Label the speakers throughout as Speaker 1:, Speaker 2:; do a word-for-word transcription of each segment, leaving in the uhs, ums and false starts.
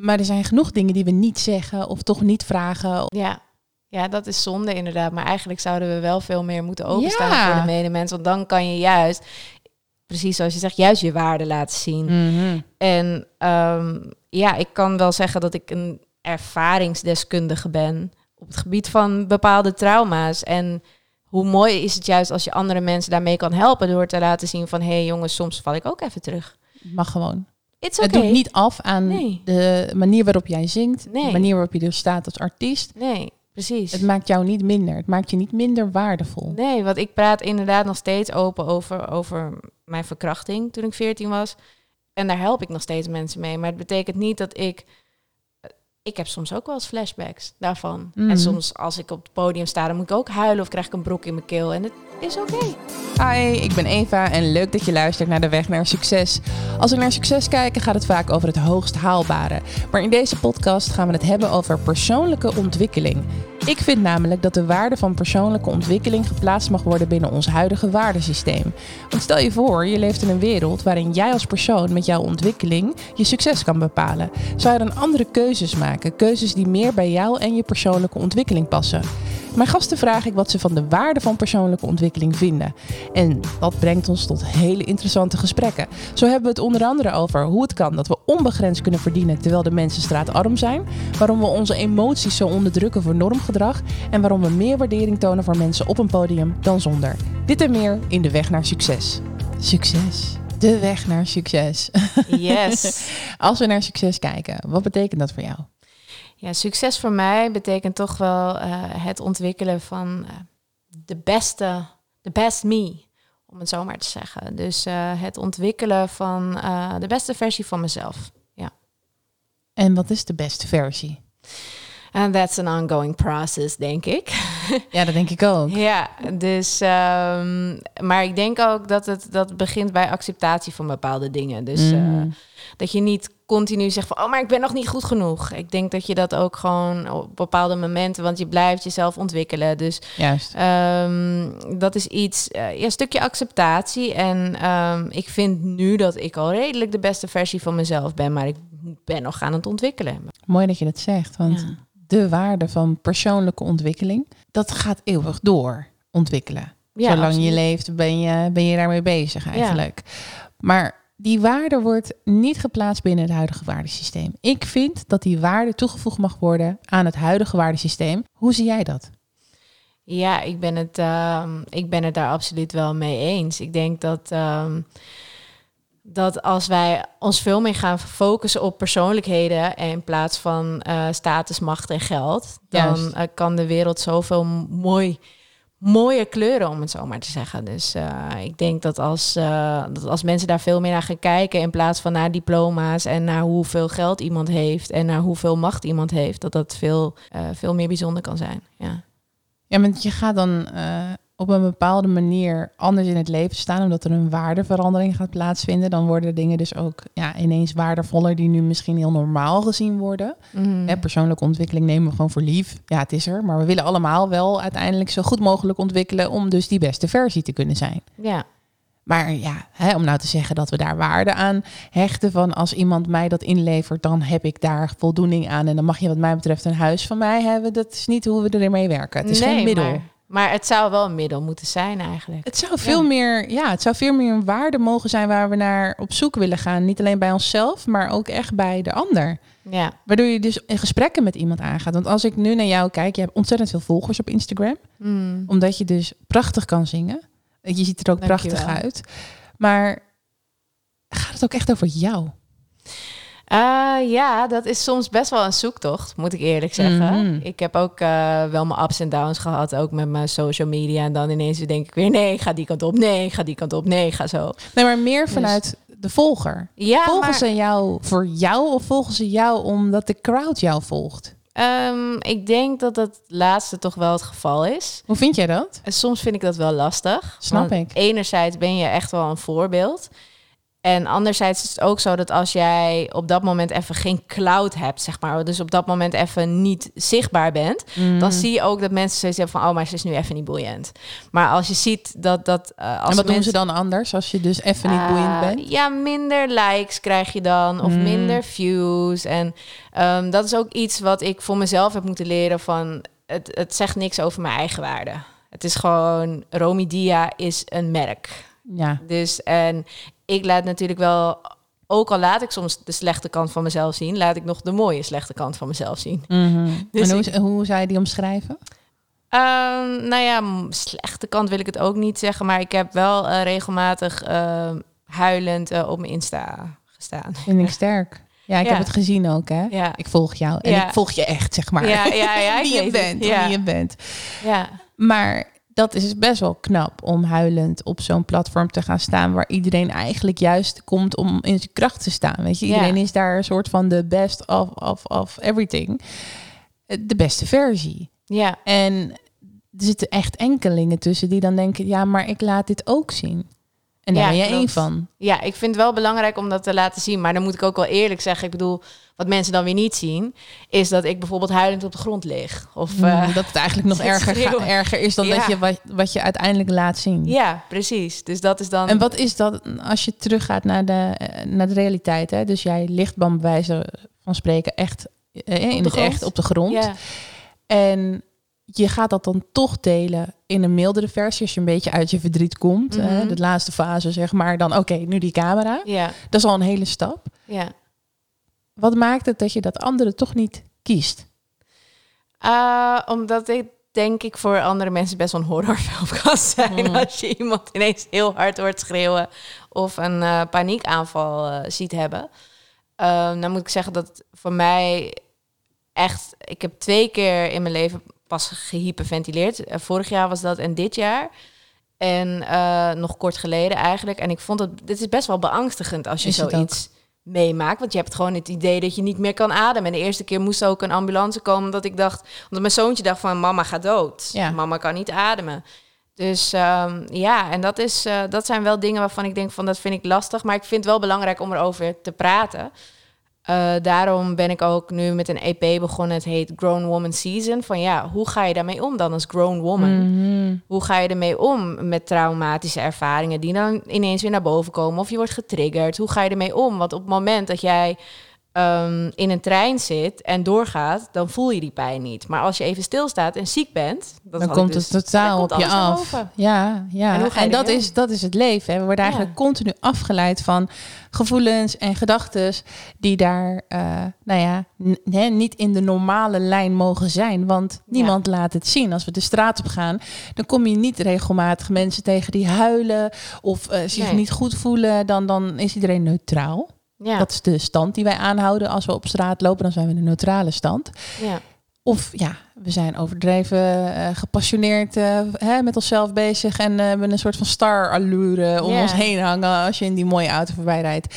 Speaker 1: Maar er zijn genoeg dingen die we niet zeggen of toch niet vragen.
Speaker 2: Ja. Ja, dat is zonde inderdaad. Maar eigenlijk zouden we wel veel meer moeten openstaan
Speaker 1: Ja.
Speaker 2: voor de medemens. Want dan kan je juist, precies zoals je zegt, juist je waarde laten zien.
Speaker 1: Mm-hmm.
Speaker 2: En um, ja, ik kan wel zeggen dat ik een ervaringsdeskundige ben op het gebied van bepaalde trauma's. En hoe mooi is het juist als je andere mensen daarmee kan helpen door te laten zien van, hé hey jongens, soms val ik ook even terug.
Speaker 1: Mag gewoon.
Speaker 2: It's okay.
Speaker 1: Het doet niet af aan
Speaker 2: Nee.
Speaker 1: de manier waarop jij zingt.
Speaker 2: Nee.
Speaker 1: De manier waarop je er staat als artiest.
Speaker 2: Nee, precies.
Speaker 1: Het maakt jou niet minder. Het maakt je niet minder waardevol.
Speaker 2: Nee, want ik praat inderdaad nog steeds open over, over mijn verkrachting toen ik veertien was. En daar help ik nog steeds mensen mee. Maar het betekent niet dat ik... Ik heb soms ook wel eens flashbacks daarvan.
Speaker 1: Mm.
Speaker 2: En soms als ik op het podium sta, dan moet ik ook huilen of krijg ik een brok in mijn keel. En het is oké. Okay.
Speaker 1: Hi, ik ben Eva en leuk dat je luistert naar De Weg naar Succes. Als we naar succes kijken, gaat het vaak over het hoogst haalbare. Maar in deze podcast gaan we het hebben over persoonlijke ontwikkeling. Ik vind namelijk dat de waarde van persoonlijke ontwikkeling geplaatst mag worden binnen ons huidige waardesysteem. Want stel je voor, je leeft in een wereld waarin jij als persoon met jouw ontwikkeling je succes kan bepalen. Zou je dan andere keuzes maken? Keuzes die meer bij jou en je persoonlijke ontwikkeling passen. Mijn gasten vraag ik wat ze van de waarde van persoonlijke ontwikkeling vinden. En dat brengt ons tot hele interessante gesprekken. Zo hebben we het onder andere over hoe het kan dat we onbegrensd kunnen verdienen terwijl de mensen straatarm zijn. Waarom we onze emoties zo onderdrukken voor normgedrag. En waarom we meer waardering tonen voor mensen op een podium dan zonder. Dit en meer in De Weg naar Succes. Succes. De weg naar succes.
Speaker 2: Yes.
Speaker 1: Als we naar succes kijken, wat betekent dat voor jou?
Speaker 2: Ja, succes voor mij betekent toch wel uh, het ontwikkelen van uh, de beste, de best me, om het zo maar te zeggen. Dus uh, het ontwikkelen van uh, de beste versie van mezelf. Ja.
Speaker 1: En wat is de beste versie?
Speaker 2: And that's an ongoing process, denk ik.
Speaker 1: Ja, dat denk ik ook.
Speaker 2: Ja, dus, um, maar ik denk ook dat het dat begint bij acceptatie van bepaalde dingen. Dus mm. uh, dat je niet continu zegt van, oh, maar ik ben nog niet goed genoeg. Ik denk dat je dat ook gewoon op bepaalde momenten, want je blijft jezelf ontwikkelen. Dus
Speaker 1: juist.
Speaker 2: Um, dat is iets, uh, ja, een stukje acceptatie. En um, ik vind nu dat ik al redelijk de beste versie van mezelf ben, maar ik ben nog aan het ontwikkelen.
Speaker 1: Mooi dat je dat zegt, want ja. de waarde van persoonlijke ontwikkeling, dat gaat eeuwig door ontwikkelen. Ja, Zolang absoluut. je leeft, ben je, ben je daarmee bezig eigenlijk. Ja. Maar die waarde wordt niet geplaatst binnen het huidige waardesysteem. Ik vind dat die waarde toegevoegd mag worden aan het huidige waardesysteem. Hoe zie jij dat?
Speaker 2: Ja, ik ben het, uh, ik ben het daar absoluut wel mee eens. Ik denk dat, um, dat als wij ons veel meer gaan focussen op persoonlijkheden in plaats van uh, status, macht en geld, dan uh, kan de wereld zoveel mooi... mooie kleuren, om het zo maar te zeggen. Dus uh, ik denk dat als, uh, dat als mensen daar veel meer naar gaan kijken, in plaats van naar diploma's en naar hoeveel geld iemand heeft en naar hoeveel macht iemand heeft, dat dat veel, uh, veel meer bijzonder kan zijn. Ja,
Speaker 1: ja, want je gaat dan uh, op een bepaalde manier anders in het leven staan, omdat er een waardeverandering gaat plaatsvinden. Dan worden dingen dus ook ja, ineens waardevoller die nu misschien heel normaal gezien worden. Mm. Hè, persoonlijke ontwikkeling nemen we gewoon voor lief. Ja, het is er. Maar we willen allemaal wel uiteindelijk zo goed mogelijk ontwikkelen om dus die beste versie te kunnen zijn.
Speaker 2: Ja.
Speaker 1: Maar ja, hè, om nou te zeggen dat we daar waarde aan hechten van als iemand mij dat inlevert, dan heb ik daar voldoening aan. En dan mag je wat mij betreft een huis van mij hebben. Dat is niet hoe we ermee werken. Het is
Speaker 2: nee,
Speaker 1: geen middel.
Speaker 2: Maar... Maar het zou wel een middel moeten zijn eigenlijk.
Speaker 1: Het zou veel ja. meer, ja, het zou veel meer een waarde mogen zijn waar we naar op zoek willen gaan. Niet alleen bij onszelf, maar ook echt bij de ander.
Speaker 2: Ja.
Speaker 1: Waardoor je dus in gesprekken met iemand aangaat. Want als ik nu naar jou kijk, je hebt ontzettend veel volgers op Instagram. Mm. Omdat je dus prachtig kan zingen. Je ziet er ook Dank prachtig uit. Maar gaat het ook echt over jou?
Speaker 2: Uh, ja, dat is soms best wel een zoektocht, moet ik eerlijk zeggen. Mm-hmm. Ik heb ook uh, wel mijn ups en downs gehad, ook met mijn social media. En dan ineens denk ik weer, nee, ik ga die kant op. Nee, ik ga die kant op. Nee, ik ga zo.
Speaker 1: Nee, maar meer vanuit dus... de volger.
Speaker 2: Ja,
Speaker 1: volgen
Speaker 2: maar...
Speaker 1: ze jou voor jou of volgen ze jou omdat de crowd jou volgt?
Speaker 2: Um, ik denk dat dat laatste toch wel het geval is.
Speaker 1: Hoe vind jij dat?
Speaker 2: En soms vind ik dat wel lastig.
Speaker 1: Snap ik.
Speaker 2: Enerzijds ben je echt wel een voorbeeld. En anderzijds is het ook zo dat als jij op dat moment even geen cloud hebt, zeg maar, dus op dat moment even niet zichtbaar bent, mm. dan zie je ook dat mensen zoiets hebben van, oh, maar ze is nu even niet boeiend. Maar als je ziet dat... dat uh, als
Speaker 1: en wat
Speaker 2: mensen,
Speaker 1: doen ze dan anders als je dus even niet uh, boeiend bent?
Speaker 2: Ja, minder likes krijg je dan, of mm. minder views. En um, dat is ook iets wat ik voor mezelf heb moeten leren van, het, het zegt niks over mijn eigen waarde. Het is gewoon, Romy Dia is een merk.
Speaker 1: Ja.
Speaker 2: Dus en ik laat natuurlijk wel, ook al laat ik soms de slechte kant van mezelf zien, laat ik nog de mooie slechte kant van mezelf zien.
Speaker 1: Mm-hmm. Dus en hoe, ik, hoe zou je die omschrijven?
Speaker 2: Uh, nou ja, slechte kant wil ik het ook niet zeggen, maar ik heb wel uh, regelmatig uh, huilend uh, op mijn Insta gestaan.
Speaker 1: Vind ik sterk. Ja, ik ja. heb het gezien ook, hè?
Speaker 2: Ja.
Speaker 1: Ik volg jou en ja. ik volg je echt, zeg maar.
Speaker 2: Ja, ja, ja,
Speaker 1: wie je bent,
Speaker 2: ja.
Speaker 1: wie je bent.
Speaker 2: Ja.
Speaker 1: Maar dat is best wel knap om huilend op zo'n platform te gaan staan, waar iedereen eigenlijk juist komt om in zijn kracht te staan. Weet je, iedereen ja. is daar een soort van de best of, of, of everything. De beste versie.
Speaker 2: Ja.
Speaker 1: En er zitten echt enkelingen tussen die dan denken, ja, maar ik laat dit ook zien. En daar ja, ben je één van.
Speaker 2: Ja, ik vind het wel belangrijk om dat te laten zien. Maar dan moet ik ook wel eerlijk zeggen. Ik bedoel, wat mensen dan weer niet zien, is dat ik bijvoorbeeld huilend op de grond lig. Of
Speaker 1: mm, uh, dat het eigenlijk nog erger, ga, erger is dan ja. dat je wat, wat je uiteindelijk laat zien.
Speaker 2: Ja, precies. Dus dat is dan.
Speaker 1: En wat is dat als je teruggaat naar de, naar de realiteit? Hè? Dus jij ligt dan bij wijze van spreken echt eh, in het echt op de grond.
Speaker 2: Ja.
Speaker 1: En je gaat dat dan toch delen in een mildere versie als je een beetje uit je verdriet komt. Mm-hmm. Hè? De laatste fase, zeg maar. Dan oké, okay, nu die camera.
Speaker 2: Ja.
Speaker 1: Dat is al een hele stap.
Speaker 2: Ja.
Speaker 1: Wat maakt het dat je dat andere toch niet kiest?
Speaker 2: Uh, omdat ik denk ik voor andere mensen best wel een horrorfilm kan zijn. Mm. Als je iemand ineens heel hard hoort schreeuwen of een uh, paniekaanval uh, ziet hebben. Uh, dan moet ik zeggen dat voor mij echt... Ik heb twee keer in mijn leven pas gehyperventileerd. Uh, vorig jaar was dat en dit jaar. En uh, nog kort geleden eigenlijk. En ik vond het... Dit is best wel beangstigend als je is zoiets meemaakt. Want je hebt gewoon het idee dat je niet meer kan ademen. En de eerste keer moest ook een ambulance komen. Dat ik dacht... Omdat mijn zoontje dacht van... Mama gaat dood. Ja. Mama kan niet ademen. Dus um, ja, en dat, is, uh, dat zijn wel dingen waarvan ik denk van... Dat vind ik lastig. Maar ik vind het wel belangrijk om erover te praten. Uh, daarom ben ik ook nu met een E P begonnen. Het heet Grown Woman Season. Van ja, hoe ga je daarmee om dan als grown woman? Mm-hmm. Hoe ga je ermee om met traumatische ervaringen... die dan ineens weer naar boven komen of je wordt getriggerd? Hoe ga je ermee om? Want op het moment dat jij um, in een trein zit en doorgaat... dan voel je die pijn niet. Maar als je even stilstaat en ziek bent... Dat
Speaker 1: dan komt dus, het totaal op je af. Ja, ja. En, en dat, is, dat is het leven. Hè. We worden eigenlijk ja. continu afgeleid van gevoelens en gedachten... die daar uh, nou ja, n- hè, niet in de normale lijn mogen zijn. Want niemand ja. laat het zien. Als we de straat op gaan, dan kom je niet regelmatig mensen tegen die huilen... of uh, zich nee. niet goed voelen. Dan, dan is iedereen neutraal. Ja. Dat is de stand die wij aanhouden. Als we op straat lopen, dan zijn we in een neutrale stand.
Speaker 2: Ja.
Speaker 1: Of ja, we zijn overdreven uh, gepassioneerd uh, hè, met onszelf bezig... en uh, hebben een soort van star-allure om yeah. ons heen hangen... als je in die mooie auto voorbij rijdt.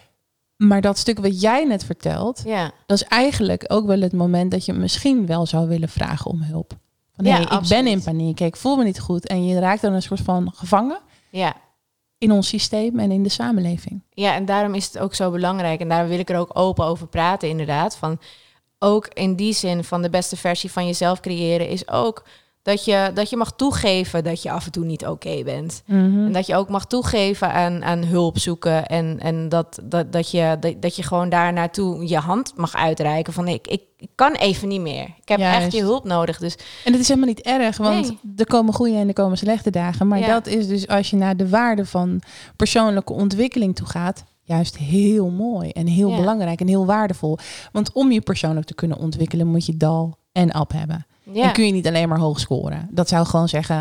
Speaker 1: Maar dat stuk wat jij net vertelt... Yeah. dat is eigenlijk ook wel het moment dat je misschien wel zou willen vragen om hulp. Van, ja, hey, ik ben in paniek, ik voel me niet goed. En je raakt dan een soort van gevangen...
Speaker 2: Ja.
Speaker 1: in ons systeem en in de samenleving.
Speaker 2: Ja, en daarom is het ook zo belangrijk... en daar wil ik er ook open over praten inderdaad... van ook in die zin van de beste versie van jezelf creëren... is ook dat je, dat je mag toegeven dat je af en toe niet oké okay bent. Mm-hmm. En dat je ook mag toegeven aan, aan hulp zoeken... en, en dat, dat, dat, je, dat, dat je gewoon daar naartoe je hand mag uitreiken... van ik, ik, ik kan even niet meer. Ik heb Juist. echt je hulp nodig. Dus.
Speaker 1: En het is helemaal niet erg, want nee. er komen goede en er komen slechte dagen. Maar ja. dat is dus als je naar de waarde van persoonlijke ontwikkeling toe gaat... juist heel mooi en heel ja. belangrijk en heel waardevol. Want om je persoonlijk te kunnen ontwikkelen... moet je dal en ab hebben. Ja. En kun je niet alleen maar hoog scoren. Dat zou gewoon zeggen...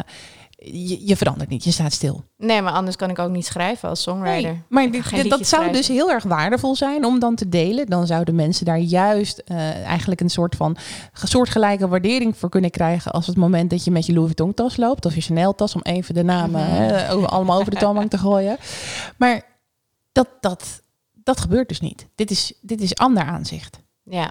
Speaker 1: Je, je verandert niet, je staat stil.
Speaker 2: Nee, maar anders kan ik ook niet schrijven als songwriter. Nee,
Speaker 1: maar dit, dit, dat zou dus heel erg waardevol zijn om dan te delen. Dan zouden mensen daar juist uh, eigenlijk een soort van soortgelijke waardering voor kunnen krijgen... als het moment dat je met je Louis Vuitton tas loopt... of je Chanel tas, om even de namen mm-hmm. hè, over, allemaal over de toonbank te gooien. Maar dat, dat, dat gebeurt dus niet. Dit is, dit is ander aanzicht.
Speaker 2: Ja,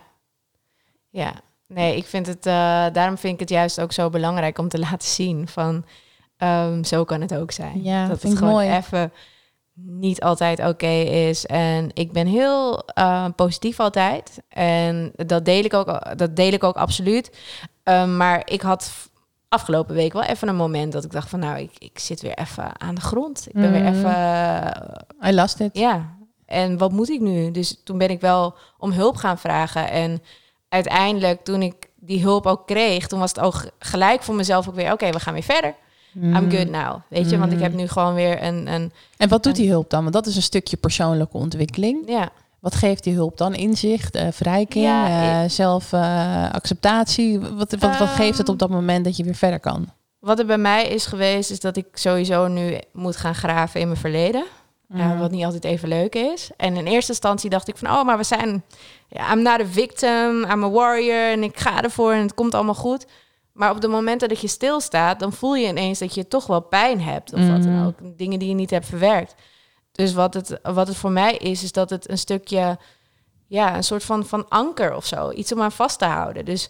Speaker 2: ja. Nee, ik vind het, uh, daarom vind ik het juist ook zo belangrijk om te laten zien van um, zo kan het ook zijn.
Speaker 1: Ja,
Speaker 2: dat
Speaker 1: vind
Speaker 2: het
Speaker 1: ik
Speaker 2: gewoon
Speaker 1: mooi.
Speaker 2: even niet altijd oké okay is. En ik ben heel uh, positief altijd. En dat deel ik ook, dat deel ik ook absoluut. Um, maar ik had afgelopen week wel even een moment dat ik dacht van... nou, ik, ik zit weer even aan de grond. Ik ben mm. weer even...
Speaker 1: Uh, I lost it.
Speaker 2: Ja, en wat moet ik nu? Dus toen ben ik wel om hulp gaan vragen. En uiteindelijk, toen ik die hulp ook kreeg... toen was het ook gelijk voor mezelf ook weer... oké, okay, we gaan weer verder. Mm. I'm good now, weet je? Want ik heb nu gewoon weer een... een
Speaker 1: en wat doet die hulp dan? Want dat is een stukje persoonlijke ontwikkeling.
Speaker 2: Ja.
Speaker 1: Wat geeft die hulp dan? Inzicht, uh, verrijking, ja, uh, zelfacceptatie? Uh, wat, wat, wat geeft het op dat moment dat je weer verder kan?
Speaker 2: Wat er bij mij is geweest, is dat ik sowieso nu moet gaan graven in mijn verleden. Mm. Uh, wat niet altijd even leuk is. En in eerste instantie dacht ik van... oh, maar we zijn... Yeah, I'm not a victim, I'm a warrior. En ik ga ervoor en het komt allemaal goed. Maar op de momenten dat je stilstaat... dan voel je ineens dat je toch wel pijn hebt. Of mm. wat dan ook. Dingen die je niet hebt verwerkt. Dus wat het, wat het voor mij is, is dat het een stukje... ja, een soort van, van anker of zo. Iets om aan vast te houden. Dus,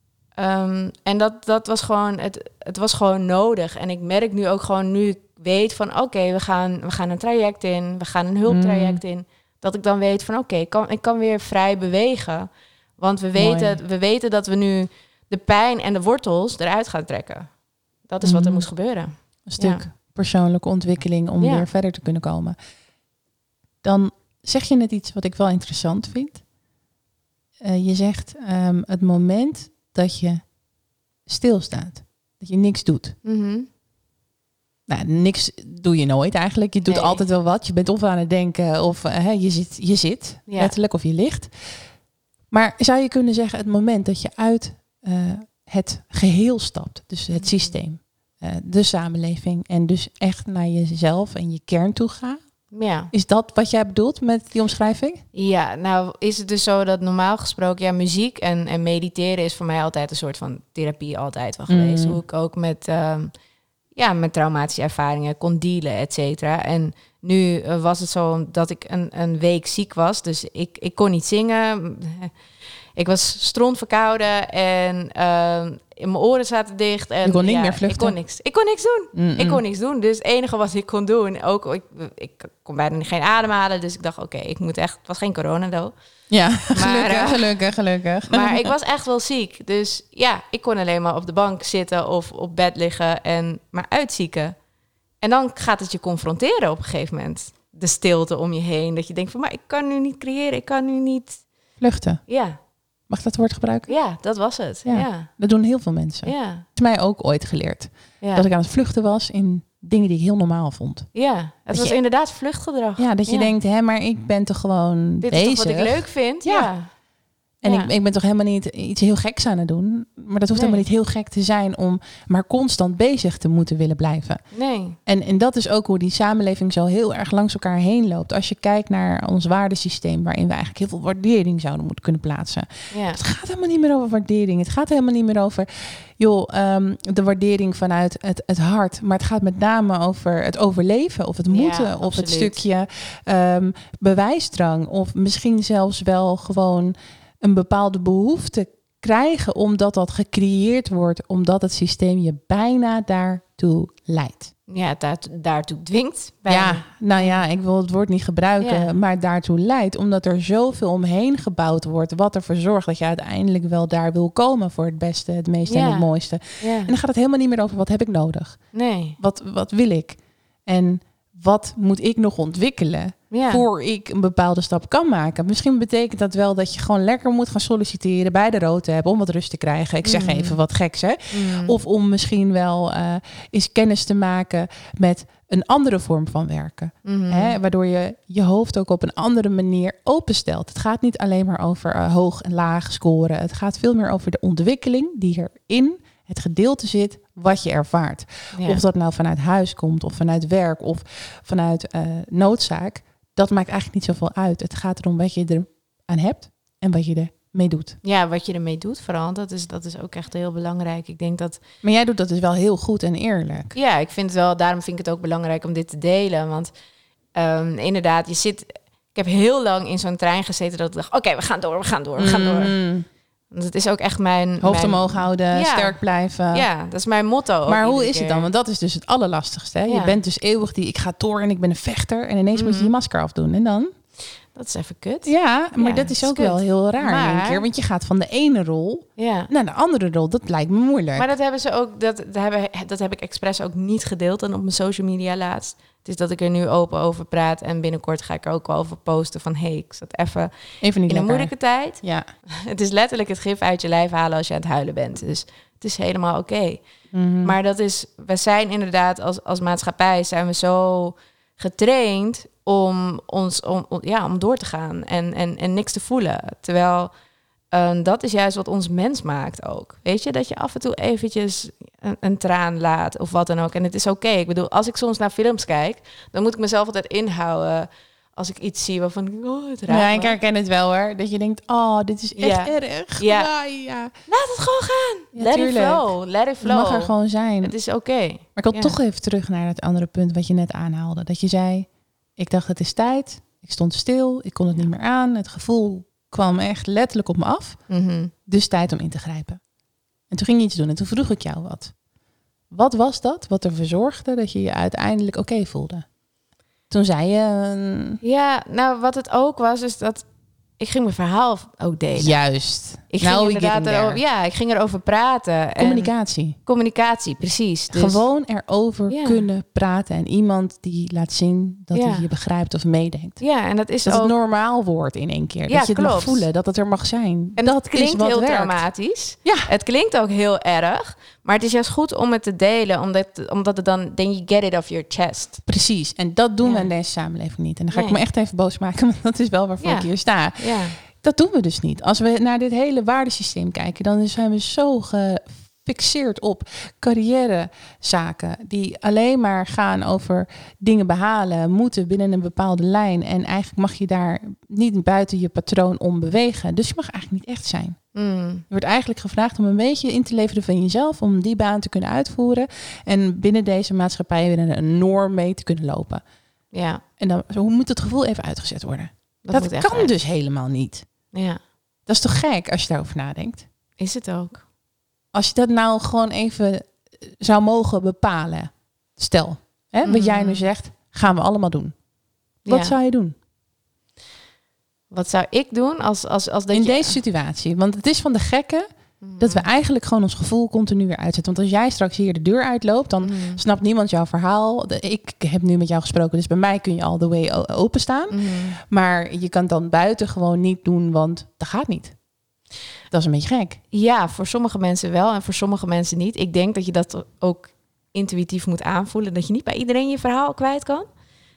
Speaker 2: um, en dat, dat was gewoon... Het, het was gewoon nodig. En ik merk nu ook gewoon, nu ik weet van... oké, okay, we, gaan, we gaan een traject in. We gaan een hulptraject mm. in. Dat ik dan weet van, oké, okay, ik, kan, ik kan weer vrij bewegen. Want we weten, we weten dat we nu... de pijn en de wortels eruit gaan trekken. Dat is mm. wat er moest gebeuren.
Speaker 1: Een stuk ja. persoonlijke ontwikkeling om ja. weer verder te kunnen komen. Dan zeg je net iets wat ik wel interessant vind. Uh, je zegt um, het moment dat je stilstaat. Dat je niks doet.
Speaker 2: Mm-hmm.
Speaker 1: Nou, niks doe je nooit eigenlijk. Je doet nee. altijd wel wat. Je bent of aan het denken of uh, je zit, je zit ja. letterlijk of je ligt. Maar zou je kunnen zeggen het moment dat je uit... Uh, het geheel stapt, dus het systeem, uh, de samenleving en dus echt naar jezelf en je kern toe gaan.
Speaker 2: Ja.
Speaker 1: Is dat wat jij bedoelt met die omschrijving?
Speaker 2: Ja, nou is het dus zo dat normaal gesproken, ja, muziek en, en mediteren is voor mij altijd een soort van therapie altijd wel geweest. Mm. Hoe ik ook met, um, ja, met traumatische ervaringen kon dealen, et cetera. En nu uh, was het zo dat ik een, een week ziek was, dus ik, ik kon niet zingen. Ik was strontverkouden en uh, in mijn oren zaten dicht. En,
Speaker 1: je kon niet
Speaker 2: ja,
Speaker 1: meer vluchten?
Speaker 2: Ik kon niks. Ik kon niks doen.
Speaker 1: Mm-mm.
Speaker 2: Ik kon niks doen. Dus het enige wat ik kon doen... Ook, ik, ik kon bijna geen ademhalen. Dus ik dacht, oké, okay, ik moet echt... Het was geen corona, though.
Speaker 1: Ja, maar, gelukkig, uh, gelukkig, gelukkig.
Speaker 2: Maar ik was echt wel ziek. Dus ja, ik kon alleen maar op de bank zitten of op bed liggen en maar uitzieken. En dan gaat het je confronteren op een gegeven moment. De stilte om je heen. Dat je denkt van, maar ik kan nu niet creëren. Ik kan nu niet...
Speaker 1: Vluchten.
Speaker 2: Ja.
Speaker 1: Mag ik dat woord gebruiken?
Speaker 2: Ja, dat was het. Ja. Ja.
Speaker 1: Dat doen heel veel mensen.
Speaker 2: Ja.
Speaker 1: Dat is mij ook ooit geleerd. Ja. Dat ik aan het vluchten was in dingen die ik heel normaal vond.
Speaker 2: Ja, het dat was je, inderdaad vluchtgedrag.
Speaker 1: Ja, dat je
Speaker 2: ja.
Speaker 1: denkt, hè, maar ik ben toch gewoon
Speaker 2: Dit
Speaker 1: bezig.
Speaker 2: Dit is toch wat ik leuk vind? Ja. ja.
Speaker 1: En
Speaker 2: ja.
Speaker 1: ik, ik ben toch helemaal niet iets heel geks aan het doen. Maar dat hoeft nee. helemaal niet heel gek te zijn om maar constant bezig te moeten willen blijven.
Speaker 2: Nee.
Speaker 1: En, en dat is ook hoe die samenleving zo heel erg langs elkaar heen loopt. Als je kijkt naar ons waardesysteem, waarin we eigenlijk heel veel waardering zouden moeten kunnen plaatsen.
Speaker 2: Ja.
Speaker 1: Het gaat helemaal niet meer over waardering. Het gaat helemaal niet meer over joh, um, de waardering vanuit het, het hart. Maar het gaat met name over het overleven of het moeten.
Speaker 2: Ja,
Speaker 1: of
Speaker 2: absoluut.
Speaker 1: het stukje um, bewijsdrang. Of misschien zelfs wel gewoon een bepaalde behoefte krijgen omdat dat gecreëerd wordt, omdat het systeem je bijna daartoe leidt.
Speaker 2: Ja, daar, daartoe dwingt. Bijna.
Speaker 1: Ja, nou ja, ik wil het woord niet gebruiken,
Speaker 2: ja.
Speaker 1: maar daartoe leidt, omdat er zoveel omheen gebouwd wordt, wat ervoor zorgt dat je uiteindelijk wel daar wil komen voor het beste, het meeste
Speaker 2: ja.
Speaker 1: en het mooiste.
Speaker 2: Ja.
Speaker 1: En dan gaat het helemaal niet meer over wat heb ik nodig?
Speaker 2: Nee.
Speaker 1: Wat, wat wil ik? En wat moet ik nog ontwikkelen ja. voor ik een bepaalde stap kan maken? Misschien betekent dat wel dat je gewoon lekker moet gaan solliciteren bij de rood hebben om wat rust te krijgen. Ik zeg mm. even wat geks, hè? Mm. Of om misschien wel uh, eens kennis te maken met een andere vorm van werken. Mm. Hè? Waardoor je je hoofd ook op een andere manier openstelt. Het gaat niet alleen maar over uh, hoog en laag scoren. Het gaat veel meer over de ontwikkeling die erin het gedeelte zit wat je ervaart. Ja. Of dat nou vanuit huis komt, of vanuit werk, of vanuit uh, noodzaak. Dat maakt eigenlijk niet zoveel uit. Het gaat erom wat je er aan hebt en wat je ermee doet.
Speaker 2: Ja, wat je ermee doet vooral. Dat is, dat is ook echt heel belangrijk. Ik denk dat...
Speaker 1: Maar jij doet dat dus wel heel goed en eerlijk.
Speaker 2: Ja, ik vind het wel, daarom vind ik het ook belangrijk om dit te delen. Want um, inderdaad, je zit... Ik heb heel lang in zo'n trein gezeten dat ik dacht, oké, okay, we gaan door, we gaan door, we gaan door.
Speaker 1: Mm.
Speaker 2: Want het is ook echt mijn...
Speaker 1: Hoofd
Speaker 2: mijn,
Speaker 1: omhoog houden, ja. sterk blijven.
Speaker 2: Ja, dat is mijn motto.
Speaker 1: Maar hoe is keer. het dan? Want dat is dus het allerlastigste. Hè? Ja. Je bent dus eeuwig die, ik ga door en ik ben een vechter. En ineens mm. moet je je masker afdoen. En dan?
Speaker 2: Dat is even kut.
Speaker 1: Ja, maar ja, dat is ook is wel heel raar maar, in één keer. Want je gaat van de ene rol
Speaker 2: ja.
Speaker 1: naar de andere rol. Dat lijkt me moeilijk.
Speaker 2: Maar dat hebben ze ook, dat, dat, hebben, dat heb ik expres ook niet gedeeld en op mijn social media laatst. Het is dat ik er nu open over praat. En binnenkort ga ik er ook wel over posten van... hey, ik zat even,
Speaker 1: even niet
Speaker 2: in
Speaker 1: lekker.
Speaker 2: een moeilijke tijd.
Speaker 1: Ja.
Speaker 2: Het is letterlijk het gif uit je lijf halen als je aan het huilen bent. Dus het is helemaal oké. Okay.
Speaker 1: Mm-hmm.
Speaker 2: Maar dat is... We zijn inderdaad als, als maatschappij... zijn we zo getraind om, ons, om, om, ja, om door te gaan. En, en, en niks te voelen. Terwijl... Um, dat is juist wat ons mens maakt ook. Weet je, dat je af en toe eventjes een, een traan laat of wat dan ook. En het is oké. Okay. Ik bedoel, als ik soms naar films kijk, dan moet ik mezelf altijd inhouden als ik iets zie waarvan ik, oh, het raakt
Speaker 1: Ja,
Speaker 2: me.
Speaker 1: ik herken het wel hoor. Dat je denkt, oh, dit is echt
Speaker 2: ja.
Speaker 1: erg.
Speaker 2: Ja.
Speaker 1: Ja, ja.
Speaker 2: Laat het gewoon gaan.
Speaker 1: Ja,
Speaker 2: let
Speaker 1: tuurlijk.
Speaker 2: it flow. Let it flow.
Speaker 1: Het mag er gewoon zijn.
Speaker 2: Het is oké. Okay.
Speaker 1: Maar ik wil
Speaker 2: ja.
Speaker 1: toch even terug naar het andere punt wat je net aanhaalde. Dat je zei, ik dacht het is tijd. Ik stond stil. Ik kon het niet meer aan. Het gevoel kwam echt letterlijk op me af.
Speaker 2: Mm-hmm.
Speaker 1: Dus tijd om in te grijpen. En toen ging je iets doen en toen vroeg ik jou wat. Wat was dat wat ervoor zorgde dat je je uiteindelijk oké okay voelde? Toen zei je... Uh...
Speaker 2: Ja, nou wat het ook was, is dat ik ging mijn verhaal ook delen.
Speaker 1: Juist.
Speaker 2: Ik
Speaker 1: nou,
Speaker 2: ging inderdaad erover, ja, ik ging erover praten.
Speaker 1: Communicatie.
Speaker 2: En communicatie, precies.
Speaker 1: Dus gewoon erover
Speaker 2: ja.
Speaker 1: kunnen praten. En iemand die laat zien dat
Speaker 2: ja.
Speaker 1: hij je begrijpt of meedenkt.
Speaker 2: Ja, en dat is
Speaker 1: dat
Speaker 2: ook...
Speaker 1: het normaal wordt in één keer.
Speaker 2: Ja,
Speaker 1: dat je het
Speaker 2: klopt.
Speaker 1: mag voelen, dat het er mag zijn.
Speaker 2: En
Speaker 1: dat
Speaker 2: het klinkt
Speaker 1: is wat
Speaker 2: heel
Speaker 1: werkt.
Speaker 2: dramatisch.
Speaker 1: Ja.
Speaker 2: Het klinkt ook heel erg. Maar het is juist goed om het te delen. Omdat, omdat het dan... Then you get it off your chest.
Speaker 1: Precies. En dat doen
Speaker 2: ja.
Speaker 1: we in deze samenleving niet. En dan ga
Speaker 2: nee.
Speaker 1: ik me echt even boos maken. Want dat is wel waarvoor
Speaker 2: ja.
Speaker 1: ik hier sta.
Speaker 2: Ja.
Speaker 1: Dat doen we dus niet. Als we naar dit hele waardesysteem kijken, dan zijn we zo gefixeerd op carrièrezaken die alleen maar gaan over dingen behalen, moeten binnen een bepaalde lijn. En eigenlijk mag je daar niet buiten je patroon om bewegen. Dus je mag eigenlijk niet echt zijn.
Speaker 2: Mm.
Speaker 1: Je wordt eigenlijk gevraagd om een beetje in te leveren van jezelf, om die baan te kunnen uitvoeren. En binnen deze maatschappij binnen een norm mee te kunnen lopen.
Speaker 2: Ja.
Speaker 1: En dan hoe moet het gevoel even uitgezet worden?
Speaker 2: Dat,
Speaker 1: Dat,
Speaker 2: dat
Speaker 1: kan
Speaker 2: uit.
Speaker 1: dus helemaal niet.
Speaker 2: Ja.
Speaker 1: Dat is toch gek als je daarover nadenkt?
Speaker 2: Is het ook.
Speaker 1: Als je dat nou gewoon even zou mogen bepalen. Stel, hè, wat
Speaker 2: Mm.
Speaker 1: jij nu zegt, gaan we allemaal doen. Wat
Speaker 2: Ja.
Speaker 1: zou je doen?
Speaker 2: Wat zou ik doen als, als, als dat
Speaker 1: In
Speaker 2: je...
Speaker 1: deze situatie. Want het is van de gekke mm. dat we eigenlijk gewoon ons gevoel continu weer uitzetten. Want als jij straks hier de deur uitloopt, dan mm. snapt niemand jouw verhaal. Ik heb nu met jou gesproken, dus bij mij kun je all the way openstaan.
Speaker 2: Mm.
Speaker 1: Maar je kan dan buiten gewoon niet doen, want dat gaat niet. Dat is een beetje gek.
Speaker 2: Ja, voor sommige mensen wel en voor sommige mensen niet. Ik denk dat je dat ook intuïtief moet aanvoelen. Dat je niet bij iedereen je verhaal kwijt kan.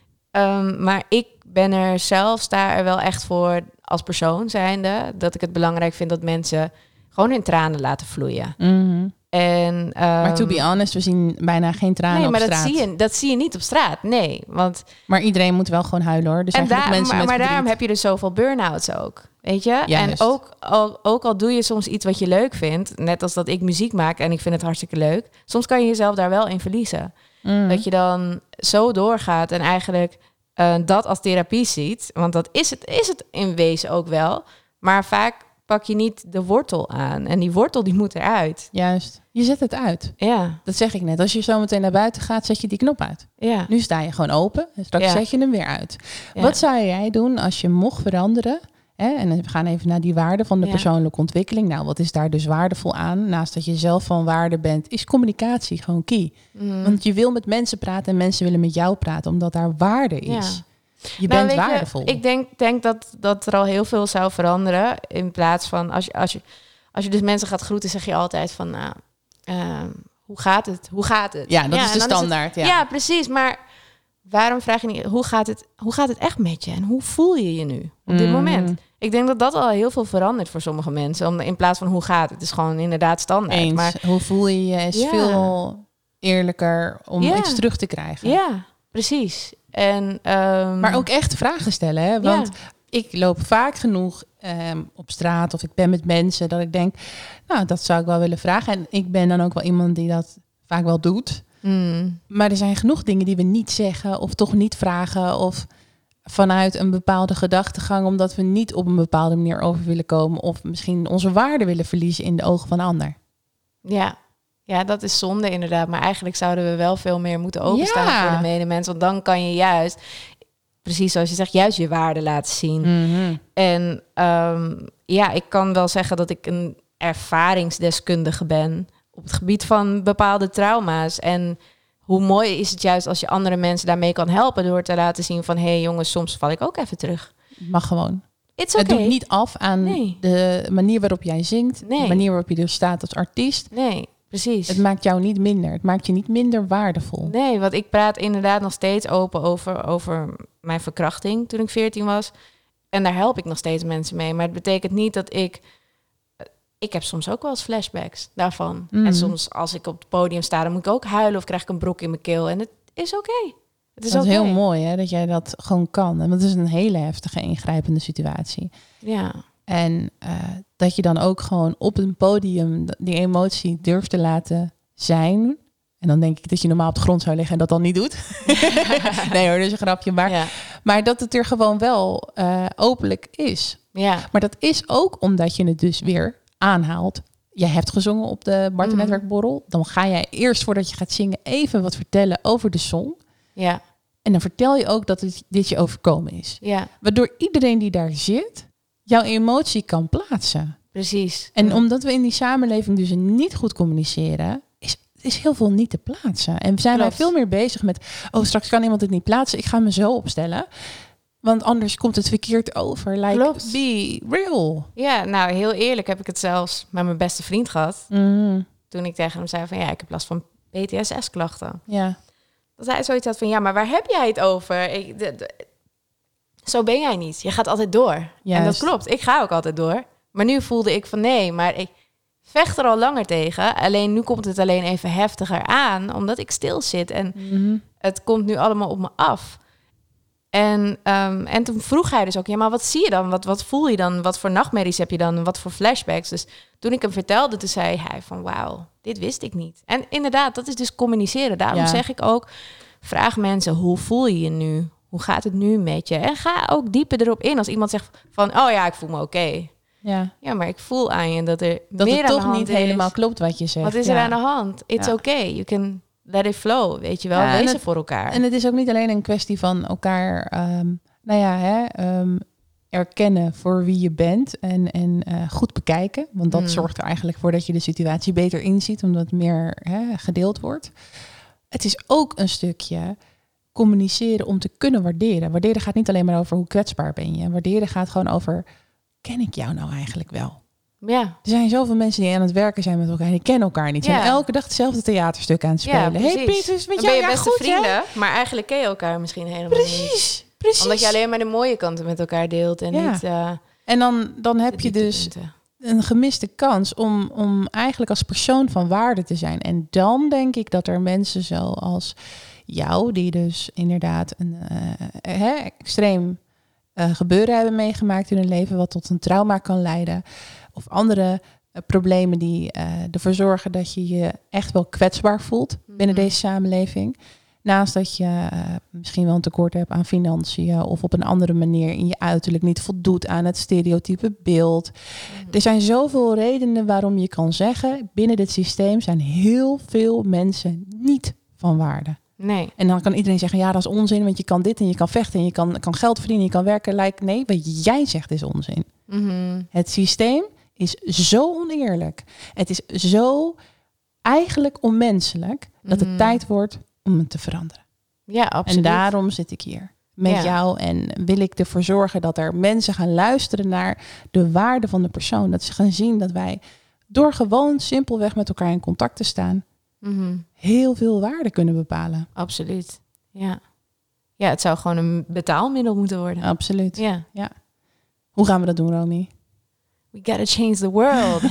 Speaker 2: Um, maar ik ben er zelf, sta er wel echt voor als persoon zijnde. Dat ik het belangrijk vind dat mensen gewoon hun tranen laten vloeien.
Speaker 1: Mm-hmm.
Speaker 2: En, um,
Speaker 1: maar to be honest, we zien bijna geen tranen
Speaker 2: nee,
Speaker 1: op
Speaker 2: maar
Speaker 1: straat.
Speaker 2: Dat zie, je, dat zie je niet op straat, nee. Want,
Speaker 1: maar iedereen moet wel gewoon huilen hoor. Dus
Speaker 2: en daar,
Speaker 1: mensen
Speaker 2: maar
Speaker 1: met
Speaker 2: maar daarom heb je dus zoveel burn-outs ook. Weet je?
Speaker 1: Juist.
Speaker 2: En ook al, ook al doe je soms iets wat je leuk vindt, net als dat ik muziek maak en ik vind het hartstikke leuk, soms kan je jezelf daar wel in verliezen. Mm. Dat je dan zo doorgaat en eigenlijk uh, dat als therapie ziet. Want dat is het, is het in wezen ook wel. Maar vaak pak je niet de wortel aan. En die wortel die moet eruit.
Speaker 1: Juist. Je zet het uit.
Speaker 2: Ja.
Speaker 1: Dat zeg ik net. Als je zo meteen naar buiten gaat, zet je die knop uit.
Speaker 2: Ja.
Speaker 1: Nu sta je gewoon open en straks
Speaker 2: ja.
Speaker 1: zet je hem weer uit.
Speaker 2: Ja.
Speaker 1: Wat zou jij doen als je mocht veranderen? Hè? En we gaan even naar die waarde van de
Speaker 2: ja.
Speaker 1: persoonlijke ontwikkeling. Nou, wat is daar dus waardevol aan? Naast dat je zelf van waarde bent, is communicatie gewoon key. Mm. Want je wil met mensen praten en mensen willen met jou praten, omdat daar waarde is.
Speaker 2: Ja.
Speaker 1: Je
Speaker 2: nou,
Speaker 1: bent
Speaker 2: weet
Speaker 1: waardevol.
Speaker 2: Je, ik denk, denk dat, dat er al heel veel zou veranderen. In plaats van, als je, als je, als je dus mensen gaat groeten, zeg je altijd van, nou, uh, hoe gaat het? Hoe gaat het?
Speaker 1: Ja, dat
Speaker 2: ja,
Speaker 1: is de standaard.
Speaker 2: Is het,
Speaker 1: ja.
Speaker 2: ja, precies. Maar waarom vraag je niet, hoe gaat het, hoe gaat het echt met je? En hoe voel je je nu op dit mm. moment? Ik denk dat dat al heel veel verandert voor sommige mensen. Om, in plaats van hoe gaat het? Het is gewoon inderdaad standaard.
Speaker 1: Eens.
Speaker 2: Maar
Speaker 1: hoe voel je je is ja. veel eerlijker om
Speaker 2: ja.
Speaker 1: iets terug te krijgen.
Speaker 2: Ja, precies. En, um,
Speaker 1: maar ook echt vragen stellen. Hè? Want ja. ik loop vaak genoeg um, op straat of ik ben met mensen dat ik denk, nou, dat zou ik wel willen vragen. En ik ben dan ook wel iemand die dat vaak wel doet.
Speaker 2: Mm.
Speaker 1: Maar er zijn genoeg dingen die we niet zeggen of toch niet vragen of vanuit een bepaalde gedachtegang, omdat we niet op een bepaalde manier over willen komen of misschien onze waarde willen verliezen in de ogen van een ander.
Speaker 2: Ja. Ja, dat is zonde inderdaad. Maar eigenlijk zouden we wel veel meer moeten openstaan
Speaker 1: Ja.
Speaker 2: voor de medemens. Want dan kan je juist, precies zoals je zegt, juist je waarde laten zien.
Speaker 1: Mm-hmm.
Speaker 2: En um, ja, ik kan wel zeggen dat ik een ervaringsdeskundige ben op het gebied van bepaalde trauma's. En hoe mooi is het juist als je andere mensen daarmee kan helpen door te laten zien van, hé hey jongens, soms val ik ook even terug.
Speaker 1: Mag gewoon.
Speaker 2: It's okay.
Speaker 1: Het doet niet af aan
Speaker 2: Nee.
Speaker 1: de manier waarop jij zingt,
Speaker 2: Nee.
Speaker 1: de manier waarop je er staat als artiest.
Speaker 2: Nee, precies.
Speaker 1: Het maakt jou niet minder. Het maakt je niet minder waardevol.
Speaker 2: Nee, want ik praat inderdaad nog steeds open over, over mijn verkrachting toen ik veertien was. En daar help ik nog steeds mensen mee. Maar het betekent niet dat ik... Ik heb soms ook wel eens flashbacks daarvan.
Speaker 1: Mm.
Speaker 2: En soms als ik op het podium sta, dan moet ik ook huilen of krijg ik een brok in mijn keel. En het is oké. Okay. Het is
Speaker 1: dat is
Speaker 2: okay.
Speaker 1: heel mooi hè, dat jij dat gewoon kan. En dat is een hele heftige, ingrijpende situatie.
Speaker 2: Ja.
Speaker 1: En uh, dat je dan ook gewoon op een podium die emotie durft te laten zijn. En dan denk ik dat je normaal op de grond zou liggen en dat dan niet doet. Nee hoor, dat is een grapje. Maar, ja. maar dat het er gewoon wel uh, openlijk is.
Speaker 2: Ja.
Speaker 1: Maar dat is ook omdat je het dus weer aanhaalt. Je hebt gezongen op de Barten mm. Netwerkborrel. Dan ga jij eerst voordat je gaat zingen even wat vertellen over de song.
Speaker 2: Ja.
Speaker 1: En dan vertel je ook dat het, dit je overkomen is.
Speaker 2: Ja.
Speaker 1: Waardoor iedereen die daar zit, jouw emotie kan plaatsen.
Speaker 2: Precies.
Speaker 1: En omdat we in die samenleving dus niet goed communiceren, is, is heel veel niet te plaatsen. En zijn Klopt. wij veel meer bezig met, oh, straks kan iemand het niet plaatsen, ik ga me zo opstellen. Want anders komt het verkeerd over. Like, Klopt. Be real.
Speaker 2: Ja, nou, heel eerlijk heb ik het zelfs met mijn beste vriend gehad.
Speaker 1: Mm.
Speaker 2: Toen ik tegen hem zei van, ja, ik heb last van P T S S-klachten.
Speaker 1: Ja.
Speaker 2: Dat hij zoiets had van, ja, maar waar heb jij het over? Ik, de, de, zo ben jij niet. Je gaat altijd door. Juist. En dat klopt. Ik ga ook altijd door. Maar nu voelde ik van, nee, maar ik vecht er al langer tegen. Alleen nu komt het alleen even heftiger aan, omdat ik stil zit. En mm-hmm. het komt nu allemaal op me af. En, um, en toen vroeg hij dus ook, ja, maar wat zie je dan? Wat, wat voel je dan? Wat voor nachtmerries heb je dan? Wat voor flashbacks? Dus toen ik hem vertelde, toen zei hij van, wauw, dit wist ik niet. En inderdaad, dat is dus communiceren. Daarom ja. zeg ik ook, vraag mensen, hoe voel je je nu? Hoe gaat het nu met je? En ga ook dieper erop in. Als iemand zegt van, oh ja, ik voel me oké. Okay.
Speaker 1: Ja.
Speaker 2: ja, maar ik voel aan je dat er
Speaker 1: dat
Speaker 2: meer
Speaker 1: het
Speaker 2: aan
Speaker 1: toch
Speaker 2: de hand
Speaker 1: niet
Speaker 2: is.
Speaker 1: helemaal klopt wat je zegt.
Speaker 2: Wat is
Speaker 1: ja.
Speaker 2: er aan de hand? It's ja. okay. You can let it flow, weet je wel.
Speaker 1: Ja,
Speaker 2: Wees er
Speaker 1: het,
Speaker 2: voor elkaar.
Speaker 1: En het is ook niet alleen een kwestie van elkaar, um, nou ja, hè, um, erkennen voor wie je bent en, en uh, goed bekijken. Want dat mm. zorgt er eigenlijk voor dat je de situatie beter inziet, omdat het meer hè, gedeeld wordt. Het is ook een stukje communiceren om te kunnen waarderen. Waarderen gaat niet alleen maar over hoe kwetsbaar ben je. Waarderen gaat gewoon over, ken ik jou nou eigenlijk wel?
Speaker 2: Ja.
Speaker 1: Er zijn zoveel mensen die aan het werken zijn met elkaar en die kennen elkaar niet. Ze ja. zijn elke dag hetzelfde theaterstuk aan het spelen.
Speaker 2: Ja,
Speaker 1: hey Piet, dus met
Speaker 2: dan
Speaker 1: jou
Speaker 2: ben je
Speaker 1: ja,
Speaker 2: beste
Speaker 1: goed,
Speaker 2: vrienden,
Speaker 1: hè?
Speaker 2: maar eigenlijk ken je elkaar misschien helemaal
Speaker 1: precies,
Speaker 2: niet.
Speaker 1: Precies.
Speaker 2: Omdat je alleen maar de mooie kanten met elkaar deelt en
Speaker 1: ja.
Speaker 2: niet. Uh,
Speaker 1: en dan, dan heb je dus punten. Een gemiste kans om, om eigenlijk als persoon van waarde te zijn. En dan denk ik dat er mensen zoals jou, die dus inderdaad een uh, hè, extreem uh, gebeuren hebben meegemaakt in hun leven, wat tot een trauma kan leiden, of andere uh, problemen die uh, ervoor zorgen dat je je echt wel kwetsbaar voelt binnen mm-hmm. deze samenleving. Naast dat je uh, misschien wel een tekort hebt aan financiën of op een andere manier in je uiterlijk niet voldoet aan het stereotype beeld. Mm-hmm. Er zijn zoveel redenen waarom je kan zeggen, binnen dit systeem zijn heel veel mensen niet van waarde.
Speaker 2: Nee.
Speaker 1: En dan kan iedereen zeggen, ja, dat is onzin, want je kan dit en je kan vechten en je kan, kan geld verdienen, je kan werken. Like, nee, wat jij zegt is onzin.
Speaker 2: Mm-hmm.
Speaker 1: Het systeem is zo oneerlijk. Het is zo eigenlijk onmenselijk dat mm-hmm. het tijd wordt om het te veranderen.
Speaker 2: Ja, absoluut.
Speaker 1: En daarom zit ik hier met ja. jou en wil ik ervoor zorgen dat er mensen gaan luisteren naar de waarde van de persoon. Dat ze gaan zien dat wij door gewoon simpelweg met elkaar in contact te staan, mm-hmm. heel veel waarde kunnen bepalen.
Speaker 2: Absoluut. Ja. Ja, het zou gewoon een betaalmiddel moeten worden.
Speaker 1: Absoluut.
Speaker 2: Ja.
Speaker 1: Ja. Hoe gaan we dat doen, Romy?
Speaker 2: We gotta change the world.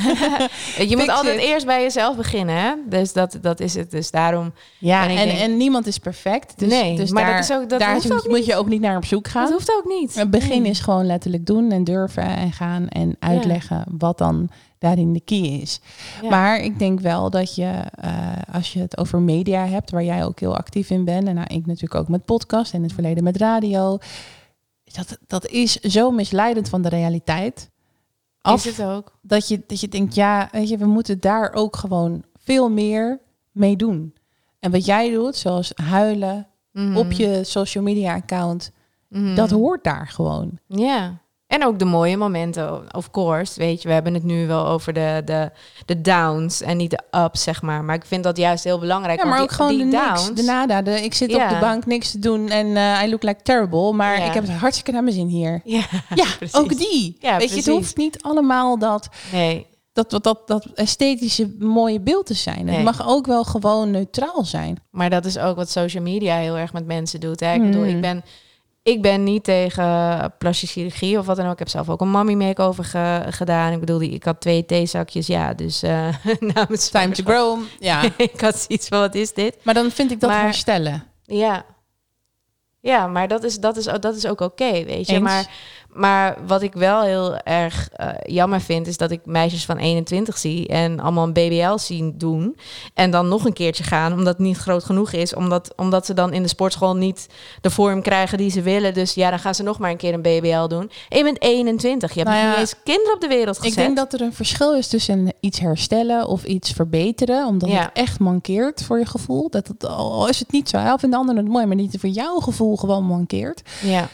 Speaker 2: Je moet altijd it. eerst bij jezelf beginnen, hè? Dus dat, dat is het. Dus daarom.
Speaker 1: Ja, en, denk, en niemand is perfect. Dus,
Speaker 2: nee,
Speaker 1: dus
Speaker 2: maar
Speaker 1: daar,
Speaker 2: dat is ook, dat
Speaker 1: daar
Speaker 2: hoeft
Speaker 1: moet,
Speaker 2: ook
Speaker 1: moet je ook niet naar op zoek gaan.
Speaker 2: Dat hoeft ook niet.
Speaker 1: Het begin
Speaker 2: nee.
Speaker 1: is gewoon letterlijk doen en durven en gaan en uitleggen ja. wat dan daarin de key is. Ja. Maar ik denk wel dat je, uh, als je het over media hebt, waar jij ook heel actief in bent, en nou, ik natuurlijk ook met podcast en in het verleden met radio, dat, dat is zo misleidend van de realiteit. Af,
Speaker 2: Is het ook?
Speaker 1: Dat je, dat je denkt, ja, weet je, we moeten daar ook gewoon veel meer mee doen. En wat jij doet, zoals huilen
Speaker 2: Mm-hmm.
Speaker 1: op je social media account,
Speaker 2: Mm-hmm.
Speaker 1: dat hoort daar gewoon.
Speaker 2: Ja. En ook de mooie momenten, of course. Weet je, we hebben het nu wel over de, de, de downs en niet de ups, zeg maar. Maar ik vind dat juist heel belangrijk.
Speaker 1: Ja, maar
Speaker 2: want
Speaker 1: ook
Speaker 2: die,
Speaker 1: gewoon
Speaker 2: die
Speaker 1: de
Speaker 2: downs,
Speaker 1: niks, de nada. De, ik zit
Speaker 2: Ja.
Speaker 1: op de bank niks te doen en uh, I look like terrible. Maar
Speaker 2: Ja.
Speaker 1: ik heb het hartstikke naar mijn zin hier.
Speaker 2: Ja,
Speaker 1: Ja,
Speaker 2: precies.
Speaker 1: ook die.
Speaker 2: Ja,
Speaker 1: Weet je,
Speaker 2: precies.
Speaker 1: het hoeft niet allemaal dat,
Speaker 2: Nee,
Speaker 1: dat, dat, dat, dat esthetische mooie beeld te zijn.
Speaker 2: Nee.
Speaker 1: Het mag ook wel gewoon neutraal zijn.
Speaker 2: maar dat is ook wat social media heel erg met mensen doet. Hè? Ik
Speaker 1: Hmm.
Speaker 2: bedoel, ik ben, ik ben niet tegen plastische chirurgie of wat dan ook. Ik heb zelf ook een mommy makeover ge, gedaan. Ik bedoel, die, ik had twee theezakjes. Ja, dus uh, namens
Speaker 1: Time to grow. Ja.
Speaker 2: ik had zoiets van, wat is dit?
Speaker 1: Maar dan vind ik dat
Speaker 2: Maar-
Speaker 1: herstellen.
Speaker 2: Ja. Ja, maar dat is, dat is, dat is ook oké, weet je.
Speaker 1: Eens.
Speaker 2: Maar, maar wat ik wel heel erg uh, jammer vind, is dat ik meisjes van eenentwintig zie en allemaal een B B L zien doen. En dan nog een keertje gaan, omdat het niet groot genoeg is. Omdat, omdat ze dan in de sportschool niet de vorm krijgen die ze willen. Dus ja, dan gaan ze nog maar een keer een B B L doen. En je bent eenentwintig, je hebt
Speaker 1: Nou
Speaker 2: nog
Speaker 1: ja,
Speaker 2: niet eens kinderen op de wereld gezet.
Speaker 1: Ik denk dat er een verschil is tussen iets herstellen of iets verbeteren. Omdat
Speaker 2: Ja.
Speaker 1: het echt mankeert voor je gevoel. Dat het, al is het niet zo, of vinden anderen het mooi, maar niet voor jouw gevoel gewoon mankeert.
Speaker 2: Ja.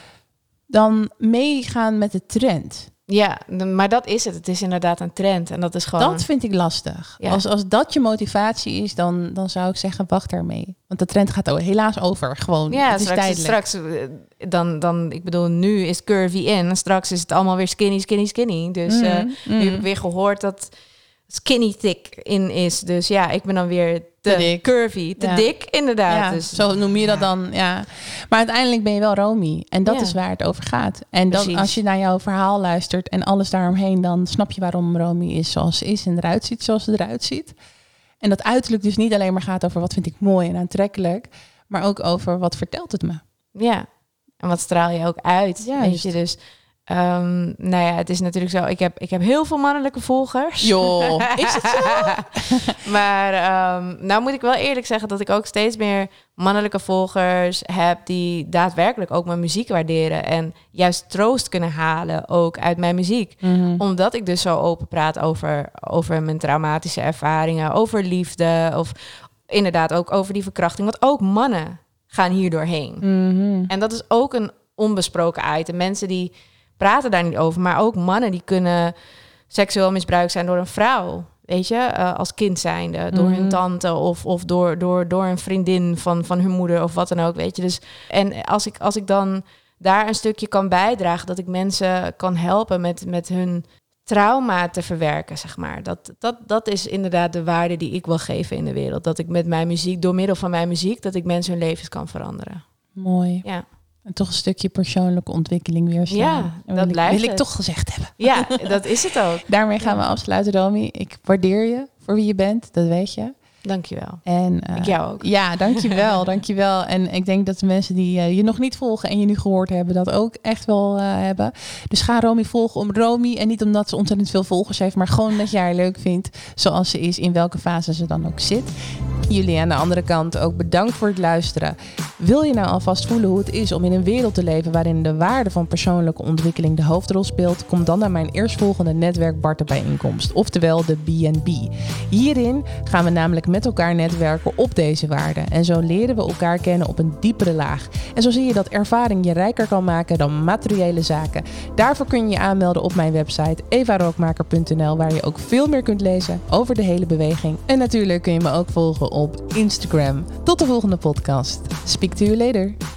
Speaker 1: Dan meegaan met de trend.
Speaker 2: Ja, de- maar dat is het. Het is inderdaad een trend. En dat is gewoon...
Speaker 1: Dat vind ik lastig.
Speaker 2: Ja.
Speaker 1: Als, als dat je motivatie is, dan, dan zou ik zeggen, wacht daarmee. Want de trend gaat ook helaas over. Gewoon,
Speaker 2: Ja,
Speaker 1: het is
Speaker 2: straks,
Speaker 1: tijdelijk.
Speaker 2: straks eh, dan, dan, ik bedoel, nu is curvy in. En straks is het allemaal weer skinny, skinny, skinny. Dus
Speaker 1: Mhm,
Speaker 2: eh,
Speaker 1: mhm.
Speaker 2: nu heb ik weer gehoord dat skinny thick in is. Dus ja, ik ben dan weer te,
Speaker 1: Te dik.
Speaker 2: curvy, te
Speaker 1: Ja.
Speaker 2: dik, inderdaad.
Speaker 1: Ja,
Speaker 2: dus,
Speaker 1: zo noem je dat dan. Ja. Maar uiteindelijk ben je wel Romy. En dat
Speaker 2: Ja.
Speaker 1: is waar het over gaat. En dan,
Speaker 2: Precies.
Speaker 1: als je naar jouw verhaal luistert en alles daaromheen, dan snap je waarom Romy is zoals ze is en eruit ziet zoals ze eruit ziet. En dat uiterlijk dus niet alleen maar gaat over wat vind ik mooi en aantrekkelijk, maar ook over wat vertelt het me.
Speaker 2: ja, en wat straal je ook uit,
Speaker 1: Juist.
Speaker 2: weet je. Dus, ehm, nou ja, het is natuurlijk zo. Ik heb, ik heb heel veel mannelijke volgers.
Speaker 1: Joh, is het zo?
Speaker 2: Maar um, nou moet ik wel eerlijk zeggen dat ik ook steeds meer mannelijke volgers heb die daadwerkelijk ook mijn muziek waarderen en juist troost kunnen halen ook uit mijn muziek.
Speaker 1: Mhm.
Speaker 2: Omdat ik dus zo open praat over, over mijn traumatische ervaringen, over liefde of inderdaad ook over die verkrachting. Want ook mannen gaan hier doorheen.
Speaker 1: Mhm.
Speaker 2: En dat is ook een onbesproken item. Mensen die praten daar niet over, maar ook mannen die kunnen seksueel misbruikt zijn door een vrouw. Weet je, uh, als kind zijnde, door
Speaker 1: Mhm.
Speaker 2: hun tante of, of door, door, door een vriendin van, van hun moeder of wat dan ook, weet je. Dus, en als ik, als ik dan daar een stukje kan bijdragen, dat ik mensen kan helpen met, met hun trauma te verwerken, zeg maar. Dat, dat, dat is inderdaad de waarde die ik wil geven in de wereld. Dat ik met mijn muziek, door middel van mijn muziek, dat ik mensen hun levens kan veranderen.
Speaker 1: Mooi.
Speaker 2: Ja.
Speaker 1: En toch een stukje persoonlijke ontwikkeling weer staan.
Speaker 2: Ja,
Speaker 1: En
Speaker 2: dat
Speaker 1: wil ik,
Speaker 2: blijft
Speaker 1: wil ik
Speaker 2: het.
Speaker 1: toch gezegd hebben.
Speaker 2: Ja, dat is het ook.
Speaker 1: Daarmee gaan
Speaker 2: Ja.
Speaker 1: we afsluiten, Romy. Ik waardeer je voor wie je bent, dat weet je.
Speaker 2: Dankjewel.
Speaker 1: En, uh,
Speaker 2: Ik jou ook.
Speaker 1: Ja, dankjewel, dankjewel. En ik denk dat de mensen die uh, je nog niet volgen en je nu gehoord hebben, dat ook echt wel uh, hebben. Dus ga Romy volgen om Romy. En niet omdat ze ontzettend veel volgers heeft, maar gewoon dat je haar leuk vindt zoals ze is, in welke fase ze dan ook zit. Jullie aan de andere kant ook bedankt voor het luisteren. Wil je nou alvast voelen hoe het is om in een wereld te leven waarin de waarde van persoonlijke ontwikkeling de hoofdrol speelt? Kom dan naar mijn eerstvolgende netwerk Barter bijeenkomst, oftewel de B en B. Hierin gaan we namelijk met elkaar netwerken op deze waarden. En zo leren we elkaar kennen op een diepere laag. En zo zie je dat ervaring je rijker kan maken dan materiële zaken. Daarvoor kun je je aanmelden op mijn website eva rookmaker punt n l, waar je ook veel meer kunt lezen over de hele beweging. En natuurlijk kun je me ook volgen op Instagram. Tot de volgende podcast. Speak to you later.